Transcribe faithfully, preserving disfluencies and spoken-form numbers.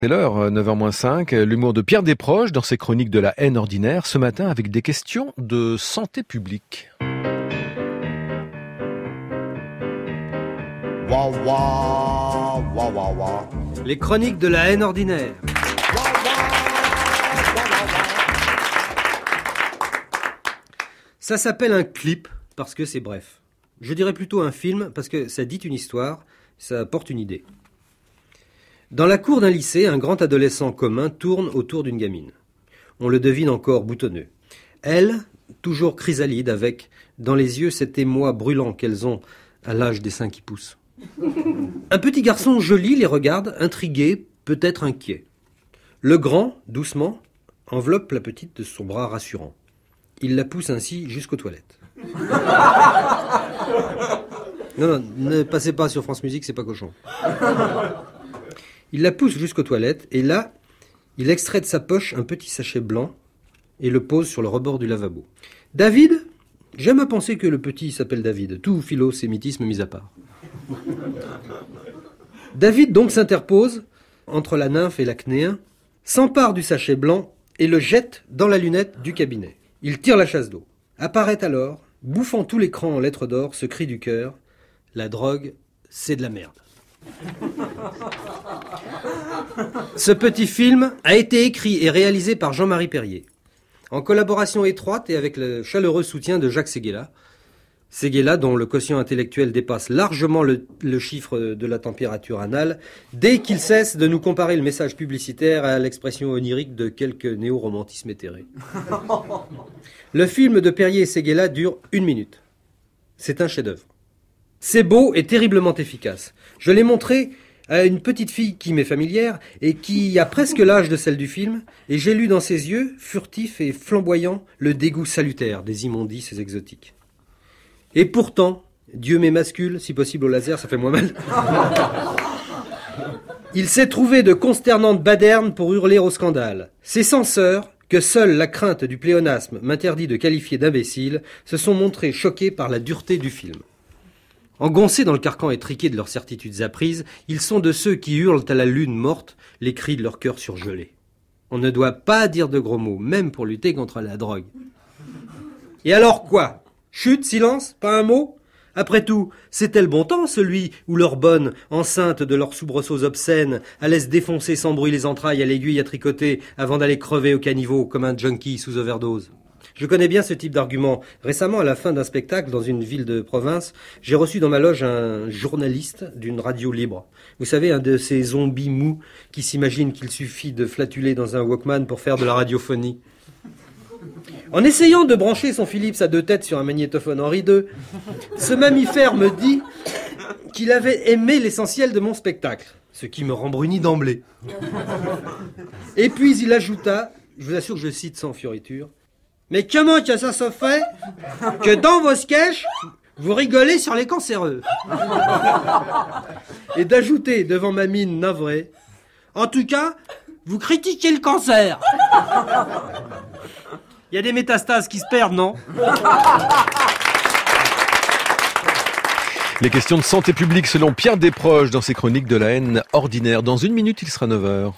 C'est l'heure, neuf heures moins cinq, l'humour de Pierre Desproges dans ses chroniques de la haine ordinaire, ce matin avec des questions de santé publique. Wah, wah, wah, wah, wah. Les chroniques de la haine ordinaire. Ça s'appelle un clip parce que c'est bref. Je dirais plutôt un film parce que ça dit une histoire, ça porte une idée. Dans la cour d'un lycée, un grand adolescent commun tourne autour d'une gamine. On le devine encore boutonneux. Elle, toujours chrysalide, avec dans les yeux cet émoi brûlant qu'elles ont à l'âge des seins qui poussent. Un petit garçon joli les regarde, intrigué, peut-être inquiet. Le grand, doucement, enveloppe la petite de son bras rassurant. Il la pousse ainsi jusqu'aux toilettes. Non, non, ne passez pas sur France Musique, c'est pas cochon. Il la pousse jusqu'aux toilettes et là, il extrait de sa poche un petit sachet blanc et le pose sur le rebord du lavabo. David, j'aime à penser que le petit s'appelle David, tout philo-sémitisme mis à part. David donc s'interpose entre la nymphe et l'acnéen, s'empare du sachet blanc et le jette dans la lunette du cabinet. Il tire la chasse d'eau. Apparaît alors, bouffant tout l'écran en lettres d'or, ce cri du cœur: la drogue, c'est de la merde. Ce petit film a été écrit et réalisé par Jean-Marie Perrier, en collaboration étroite et avec le chaleureux soutien de Jacques Séguéla. Séguéla, dont le quotient intellectuel dépasse largement le, le chiffre de la température anale, dès qu'il cesse de nous comparer le message publicitaire à l'expression onirique de quelques néo-romantismes éthérés. Le film de Perrier et Séguéla dure une minute. C'est un chef-d'œuvre. C'est beau et terriblement efficace. Je l'ai montré à une petite fille qui m'est familière et qui a presque l'âge de celle du film, et j'ai lu dans ses yeux, furtifs et flamboyants, le dégoût salutaire des immondices exotiques. Et pourtant, Dieu m'émascule, si possible au laser, ça fait moins mal. Il s'est trouvé de consternantes badernes pour hurler au scandale. Ces censeurs, que seule la crainte du pléonasme m'interdit de qualifier d'imbéciles, se sont montrés choqués par la dureté du film. Engoncés dans le carcan étriqué de leurs certitudes apprises, ils sont de ceux qui hurlent à la lune morte les cris de leur cœur surgelé. On ne doit pas dire de gros mots, même pour lutter contre la drogue. Et alors quoi ? Chute, silence, pas un mot ? Après tout, c'était le bon temps, celui où leur bonne, enceinte de leurs soubresauts obscènes, allait se défoncer sans bruit les entrailles à l'aiguille à tricoter avant d'aller crever au caniveau comme un junkie sous overdose. Je connais bien ce type d'argument. Récemment, à la fin d'un spectacle dans une ville de province, j'ai reçu dans ma loge un journaliste d'une radio libre. Vous savez, un de ces zombies mous qui s'imaginent qu'il suffit de flatuler dans un Walkman pour faire de la radiophonie. En essayant de brancher son Philips à deux têtes sur un magnétophone Henri deux, ce mammifère me dit qu'il avait aimé l'essentiel de mon spectacle, ce qui me rembrunit d'emblée. Et puis il ajouta, je vous assure que je cite sans fioriture: mais comment que ça se fait que dans vos sketchs, vous rigolez sur les cancéreux? Et d'ajouter devant ma mine navrée: en tout cas, vous critiquez le cancer. Il y a des métastases qui se perdent, non? Les questions de santé publique selon Pierre Desproges dans ses chroniques de la haine ordinaire. Dans une minute, il sera neuf heures.